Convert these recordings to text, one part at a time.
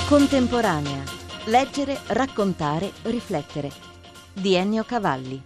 Contemporanea. Leggere, raccontare, riflettere. Di Ennio Cavalli.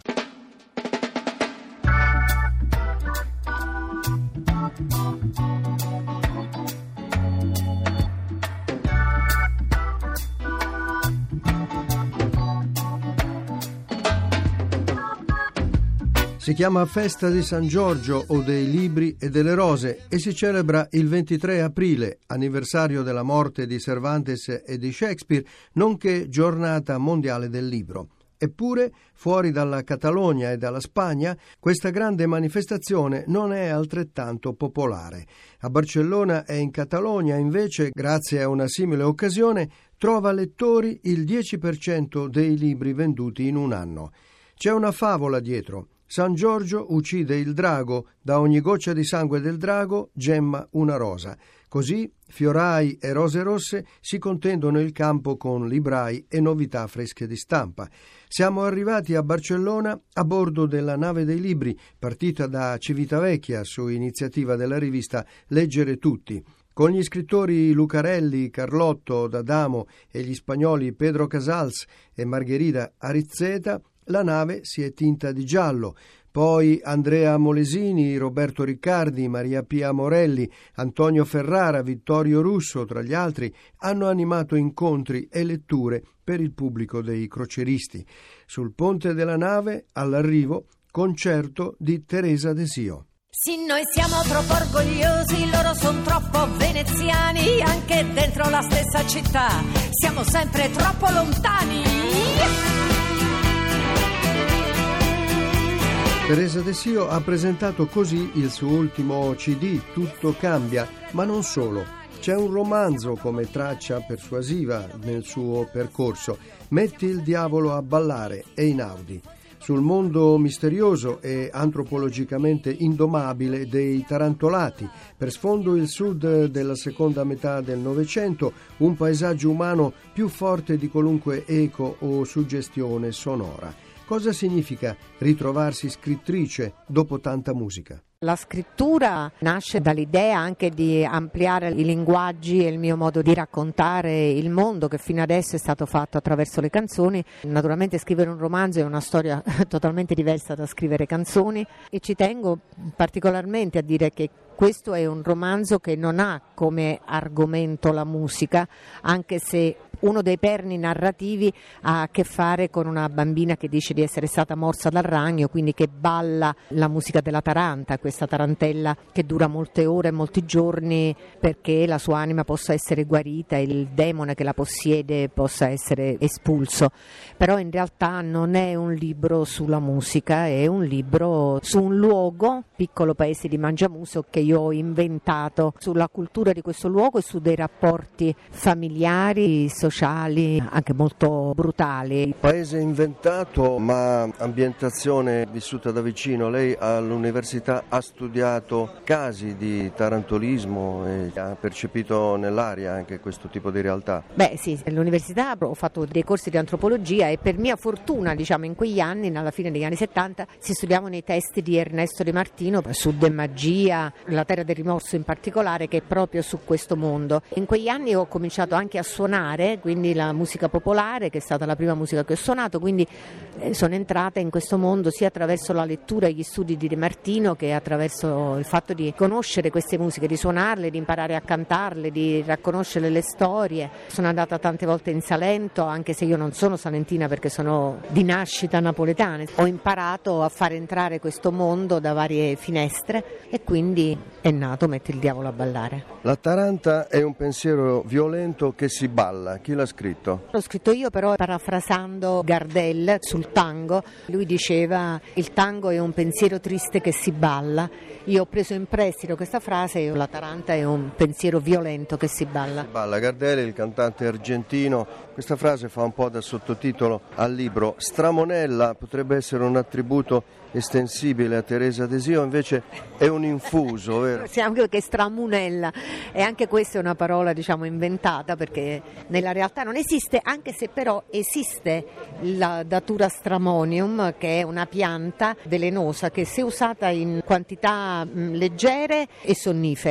Si chiama Festa di San Giorgio o dei Libri e delle Rose e si celebra il 23 aprile, anniversario della morte di Cervantes e di Shakespeare, nonché Giornata Mondiale del Libro. Eppure, fuori dalla Catalogna e dalla Spagna, questa grande manifestazione non è altrettanto popolare. A Barcellona e in Catalogna, invece, grazie a una simile occasione, trova lettori il 10% dei libri venduti in un anno. C'è una favola dietro. San Giorgio uccide il drago, da ogni goccia di sangue del drago gemma una rosa. Così fiorai e rose rosse si contendono il campo con librai e novità fresche di stampa. Siamo arrivati a Barcellona a bordo della nave dei libri, partita da Civitavecchia su iniziativa della rivista Leggere Tutti. Con gli scrittori Lucarelli, Carlotto, D'Adamo e gli spagnoli Pedro Casals e Margherita Arizzeta, la nave si è tinta di giallo. Poi Andrea Molesini, Roberto Riccardi, Maria Pia Morelli, Antonio Ferrara, Vittorio Russo, tra gli altri, hanno animato incontri e letture per il pubblico dei croceristi. Sul ponte della nave, all'arrivo, concerto di Teresa Desio. Sì, noi siamo troppo orgogliosi, loro sono troppo veneziani, anche dentro la stessa città siamo sempre troppo lontani. Teresa Desio ha presentato così il suo ultimo CD, Tutto cambia, ma non solo. C'è un romanzo come traccia persuasiva nel suo percorso, Metti il diavolo a ballare, Einaudi, sul mondo misterioso e antropologicamente indomabile dei tarantolati, per sfondo il sud della seconda metà del Novecento, un paesaggio umano più forte di qualunque eco o suggestione sonora. Cosa significa ritrovarsi scrittrice dopo tanta musica? La scrittura nasce dall'idea anche di ampliare i linguaggi e il mio modo di raccontare il mondo, che fino adesso è stato fatto attraverso le canzoni. Naturalmente scrivere un romanzo è una storia totalmente diversa da scrivere canzoni, e ci tengo particolarmente a dire che questo è un romanzo che non ha come argomento la musica, anche se uno dei perni narrativi ha a che fare con una bambina che dice di essere stata morsa dal ragno, quindi che balla la musica della taranta, questa tarantella che dura molte ore e molti giorni perché la sua anima possa essere guarita e il demone che la possiede possa essere espulso. Però in realtà non è un libro sulla musica, è un libro su un luogo, piccolo paese di Mangiamuso, che io ho inventato, sulla cultura di questo luogo e su dei rapporti familiari, sociali, anche molto brutali. Paese inventato, ma ambientazione vissuta da vicino. Lei all'università ha studiato casi di tarantolismo e ha percepito nell'aria anche questo tipo di realtà. Beh sì, all'università ho fatto dei corsi di antropologia e per mia fortuna, in quegli anni, alla fine degli anni 70, si studiavano i testi di Ernesto De Martino, Sud e Magia, La Terra del Rimorso in particolare, che è proprio su questo mondo. In quegli anni ho cominciato anche a suonare, quindi la musica popolare, che è stata la prima musica che ho suonato, quindi sono entrata in questo mondo sia attraverso la lettura e gli studi di De Martino che attraverso il fatto di conoscere queste musiche, di suonarle, di imparare a cantarle, di riconoscere le storie. Sono andata tante volte in Salento, anche se io non sono salentina perché sono di nascita napoletana. Ho imparato a far entrare questo mondo da varie finestre e quindi è nato Metti il diavolo a ballare. La taranta è un pensiero violento che si balla. Chi l'ha scritto? L'ho scritto io, però parafrasando Gardel sul tango. Lui diceva: il tango è un pensiero triste che si balla. Io ho preso in prestito questa frase e la taranta è un pensiero violento che si balla. Balla. Gardel, il cantante argentino, questa frase fa un po' da sottotitolo al libro. Stramonella potrebbe essere un attributo estensibile a Teresa Desio, invece è un infuso, vero? Sì, anche perché stramunella, e anche questa è una parola inventata, perché nella realtà non esiste, anche se però esiste la Datura stramonium, che è una pianta velenosa che, se usata in quantità leggere, è sonnifera.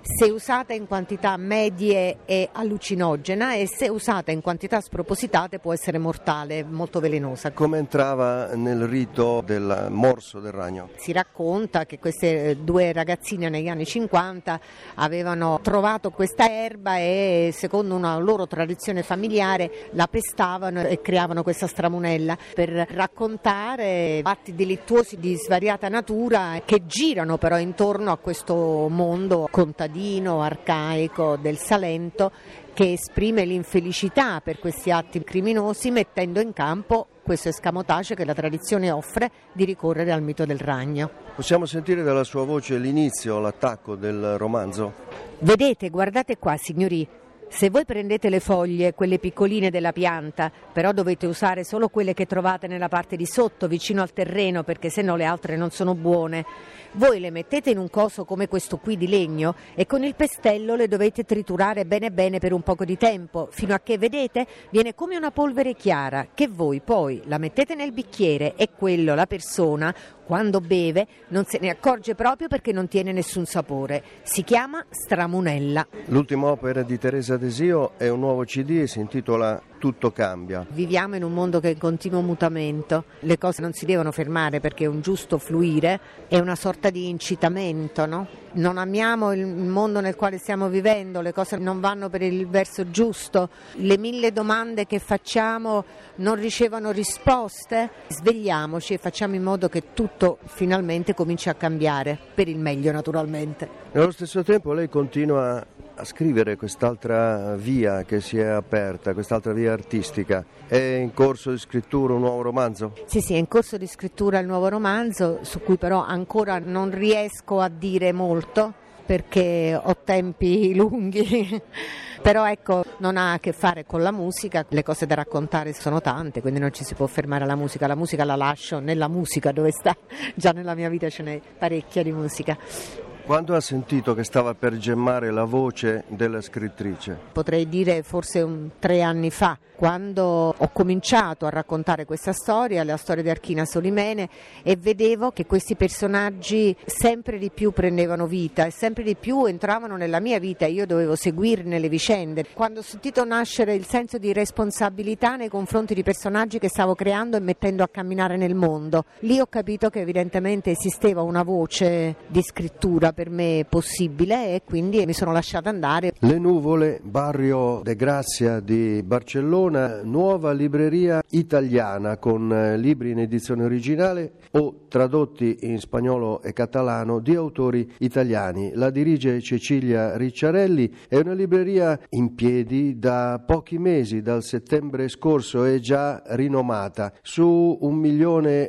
se usata in quantità medie è allucinogena e se usata in quantità spropositate può essere mortale, molto velenosa. Come entrava nel rito del morso del ragno? Si racconta che queste due ragazzine negli anni 50 avevano trovato questa erba e secondo una loro tradizione familiare la pestavano e creavano questa stramunella per raccontare atti delittuosi di svariata natura che girano però intorno a questo mondo contadino, arcaico del Salento, che esprime l'infelicità per questi atti criminosi mettendo in campo questo escamotage che la tradizione offre di ricorrere al mito del ragno. Possiamo sentire dalla sua voce l'inizio, l'attacco del romanzo? Vedete, guardate qua signori, se voi prendete le foglie, quelle piccoline della pianta, però dovete usare solo quelle che trovate nella parte di sotto, vicino al terreno, perché sennò le altre non sono buone. Voi le mettete in un coso come questo qui di legno e con il pestello le dovete triturare bene bene per un poco di tempo, fino a che, vedete, viene come una polvere chiara, che voi poi la mettete nel bicchiere e quello, la persona, quando beve, non se ne accorge proprio perché non tiene nessun sapore. Si chiama stramunella. L'ultima opera di Teresa Desio è un nuovo CD e si intitola Tutto cambia. Viviamo in un mondo che è in continuo mutamento, le cose non si devono fermare perché è un giusto fluire, è una sorta di incitamento, no? Non amiamo il mondo nel quale stiamo vivendo, le cose non vanno per il verso giusto, le 1000 domande che facciamo non ricevono risposte. Svegliamoci e facciamo in modo che tutto finalmente cominci a cambiare, per il meglio naturalmente. Nello stesso tempo lei continua a scrivere quest'altra via che si è aperta, quest'altra via artistica. È in corso di scrittura un nuovo romanzo? Sì, è in corso di scrittura il nuovo romanzo, su cui però ancora non riesco a dire molto perché ho tempi lunghi. Però ecco, non ha a che fare con la musica, le cose da raccontare sono tante, quindi non ci si può fermare alla musica. La musica la lascio nella musica dove sta, già nella mia vita ce n'è parecchia di musica. Quando ha sentito che stava per gemmare la voce della scrittrice? Potrei dire forse 3 anni fa, quando ho cominciato a raccontare questa storia, la storia di Archina Solimene, e vedevo che questi personaggi sempre di più prendevano vita e sempre di più entravano nella mia vita e io dovevo seguirne le vicende. Quando ho sentito nascere il senso di responsabilità nei confronti di personaggi che stavo creando e mettendo a camminare nel mondo, lì ho capito che evidentemente esisteva una voce di scrittura per me possibile e quindi mi sono lasciata andare. Le Nuvole, barrio de Grazia di Barcellona, nuova libreria italiana con libri in edizione originale o tradotti in spagnolo e catalano di autori italiani. La dirige Cecilia Ricciarelli, è una libreria in piedi da pochi mesi, dal settembre scorso, è già rinomata. Su 1,5 milioni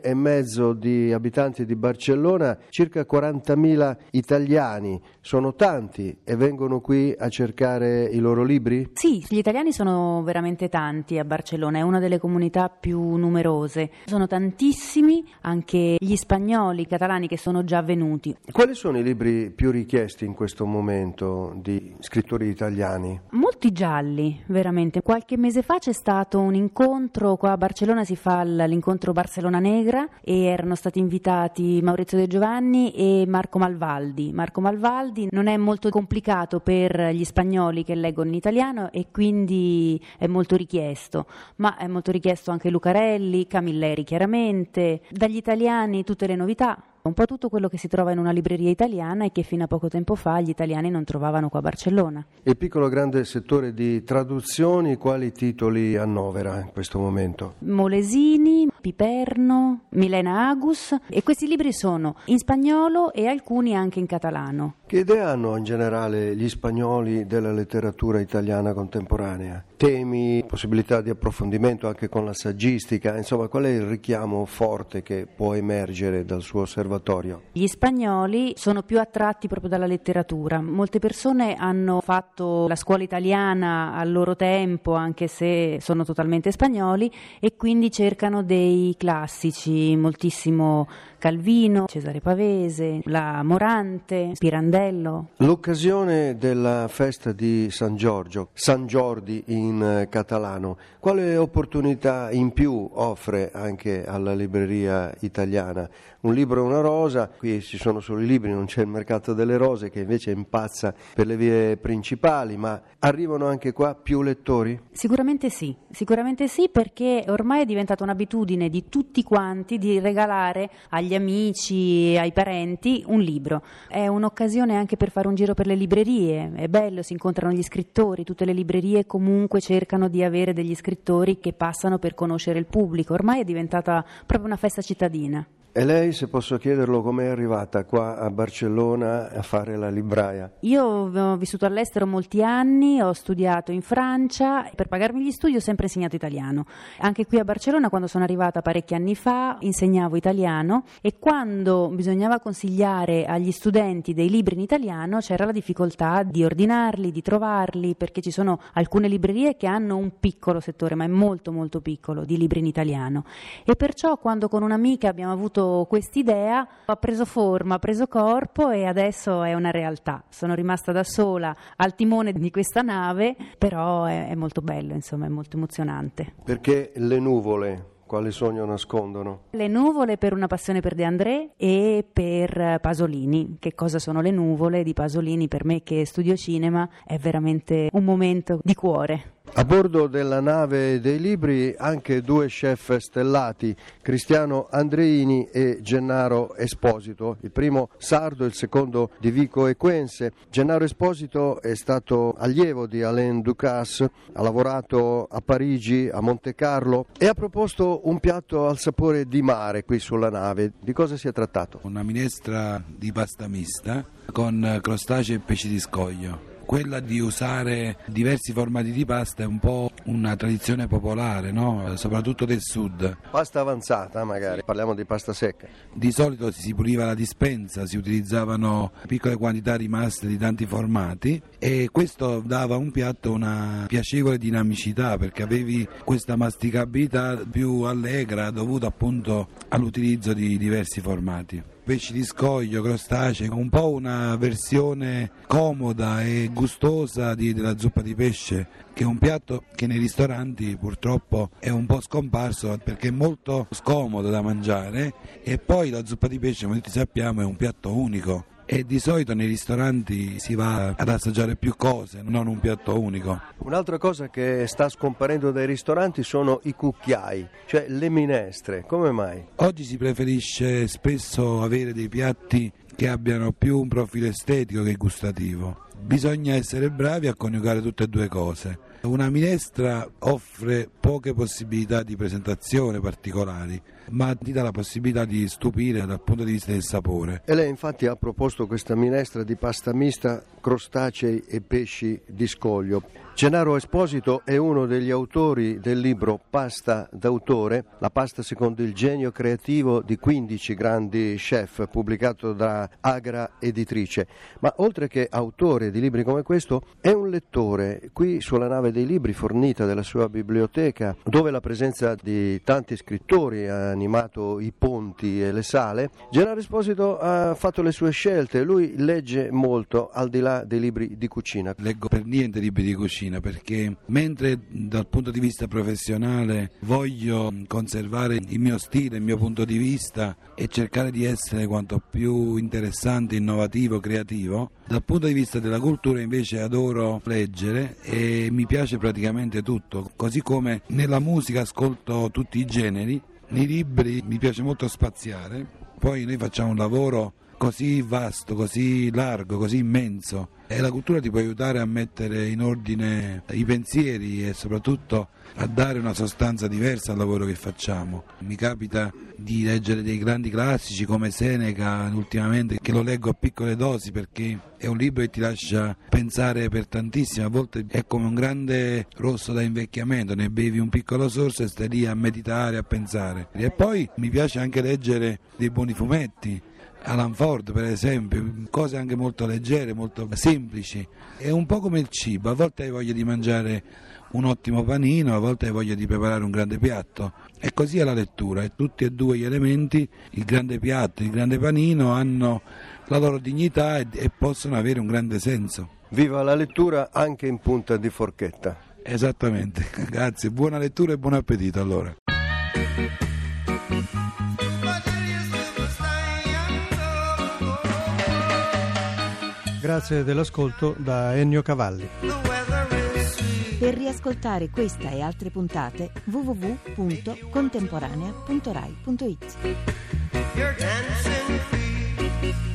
di abitanti di Barcellona, circa 40.000 italiani. Sono tanti e vengono qui a cercare i loro libri? Sì, gli italiani sono veramente tanti a Barcellona, è una delle comunità più numerose. Sono tantissimi anche gli spagnoli, i catalani che sono già venuti. Quali sono i libri più richiesti in questo momento di scrittori italiani? Molti gialli, veramente. Qualche mese fa c'è stato un incontro, qua a Barcellona si fa l'incontro Barcellona Negra e erano stati invitati Maurizio De Giovanni e Marco Malvaldi. Marco Malvaldi non è molto complicato per gli spagnoli che leggono in italiano e quindi è molto richiesto, ma è molto richiesto anche Lucarelli, Camilleri chiaramente, dagli italiani tutte le novità. Un po' tutto quello che si trova in una libreria italiana e che fino a poco tempo fa gli italiani non trovavano qua a Barcellona. Il piccolo grande settore di traduzioni, quali titoli annovera in questo momento? Molesini, Piperno, Milena Agus, e questi libri sono in spagnolo e alcuni anche in catalano. Che idea hanno in generale gli spagnoli della letteratura italiana contemporanea? Temi, possibilità di approfondimento anche con la saggistica, insomma, qual è il richiamo forte che può emergere dal suo osservatorio? Gli spagnoli sono più attratti proprio dalla letteratura. Molte persone hanno fatto la scuola italiana al loro tempo, anche se sono totalmente spagnoli, e quindi cercano dei classici, moltissimo Calvino, Cesare Pavese, la Morante, Pirandello. L'occasione della festa di San Giorgio, San Jordi in catalano, quale opportunità in più offre anche alla libreria italiana? un libro e una rosa, qui ci sono solo i libri, non c'è il mercato delle rose che invece impazza per le vie principali, ma arrivano anche qua più lettori? Sicuramente sì, perché ormai è diventata un'abitudine di tutti quanti di regalare agli amici, ai parenti un libro. È un'occasione anche per fare un giro per le librerie, è bello, si incontrano gli scrittori, tutte le librerie comunque cercano di avere degli scrittori che passano per conoscere il pubblico, ormai è diventata proprio una festa cittadina. E lei, se posso chiederlo, com'è arrivata qua a Barcellona a fare la libraia? Io ho vissuto all'estero molti anni, ho studiato in Francia, per pagarmi gli studi ho sempre insegnato italiano. Anche qui a Barcellona, quando sono arrivata parecchi anni fa, insegnavo italiano e quando bisognava consigliare agli studenti dei libri in italiano c'era la difficoltà di ordinarli, di trovarli, perché ci sono alcune librerie che hanno un piccolo settore, ma è molto molto piccolo, di libri in italiano. E perciò quando con un'amica abbiamo avuto quest'idea ha preso forma, ha preso corpo e adesso è una realtà. Sono rimasta da sola al timone di questa nave, però è molto bello, insomma, è molto emozionante. Perché le nuvole? Quale sogno nascondono? Le nuvole per una passione per De André e per Pasolini. Che cosa sono le nuvole di Pasolini? Per me che studio cinema è veramente un momento di cuore. A bordo della nave dei libri anche due chef stellati, Cristiano Andreini e Gennaro Esposito, il primo sardo, il secondo di Vico Equense. Gennaro Esposito è stato allievo di Alain Ducasse, ha lavorato a Parigi, a Monte Carlo e ha proposto un piatto al sapore di mare qui sulla nave. Di cosa si è trattato? Una minestra di pasta mista con crostacei e pesci di scoglio. Quella di usare diversi formati di pasta è un po' una tradizione popolare, no? Soprattutto del sud. Pasta avanzata magari, parliamo di pasta secca. Di solito si puliva la dispensa, si utilizzavano piccole quantità rimaste di tanti formati e questo dava a un piatto una piacevole dinamicità perché avevi questa masticabilità più allegra dovuta appunto all'utilizzo di diversi formati. Pesci di scoglio, crostacei, un po' una versione comoda e gustosa della zuppa di pesce, che è un piatto che nei ristoranti purtroppo è un po' scomparso perché è molto scomodo da mangiare e poi la zuppa di pesce, come tutti sappiamo, è un piatto unico. E di solito nei ristoranti si va ad assaggiare più cose, non un piatto unico. Un'altra cosa che sta scomparendo dai ristoranti sono i cucchiai, cioè le minestre. Come mai? Oggi si preferisce spesso avere dei piatti che abbiano più un profilo estetico che gustativo. Bisogna essere bravi a coniugare tutte e due cose. Una minestra offre poche possibilità di presentazione particolari, ma ti dà la possibilità di stupire dal punto di vista del sapore. E lei infatti ha proposto questa minestra di pasta mista, crostacei e pesci di scoglio. Gennaro Esposito è uno degli autori del libro Pasta d'autore, la pasta secondo il genio creativo di 15 grandi chef, pubblicato da Agra Editrice. Ma oltre che autore di libri come questo, è un lettore. Qui sulla nave dei libri, fornita della sua biblioteca, dove la presenza di tanti scrittori ha animato i ponti e le sale, Gennaro Esposito ha fatto le sue scelte. Lui legge molto, al di là dei libri di cucina. Leggo per niente libri di cucina perché mentre dal punto di vista professionale voglio conservare il mio stile, il mio punto di vista e cercare di essere quanto più interessante, innovativo, creativo, dal punto di vista della cultura invece adoro leggere e mi piace praticamente tutto, così come nella musica ascolto tutti i generi, nei libri mi piace molto spaziare, poi noi facciamo un lavoro così vasto, così largo, così immenso e la cultura ti può aiutare a mettere in ordine i pensieri e soprattutto a dare una sostanza diversa al lavoro che facciamo. Mi capita di leggere dei grandi classici come Seneca ultimamente, che lo leggo a piccole dosi perché è un libro che ti lascia pensare per tantissimo, a volte è come un grande rosso da invecchiamento, ne bevi un piccolo sorso e stai lì a meditare, a pensare. E poi mi piace anche leggere dei buoni fumetti, Alan Ford per esempio, cose anche molto leggere, molto semplici. È un po' come il cibo, a volte hai voglia di mangiare un ottimo panino, a volte hai voglia di preparare un grande piatto. E così è la lettura, e tutti e due gli elementi, il grande piatto e il grande panino, hanno la loro dignità e possono avere un grande senso. Viva la lettura anche in punta di forchetta. Esattamente, grazie, buona lettura e buon appetito allora. grazie dell'ascolto da Ennio Cavalli. Per riascoltare questa e altre puntate www.contemporanea.rai.it.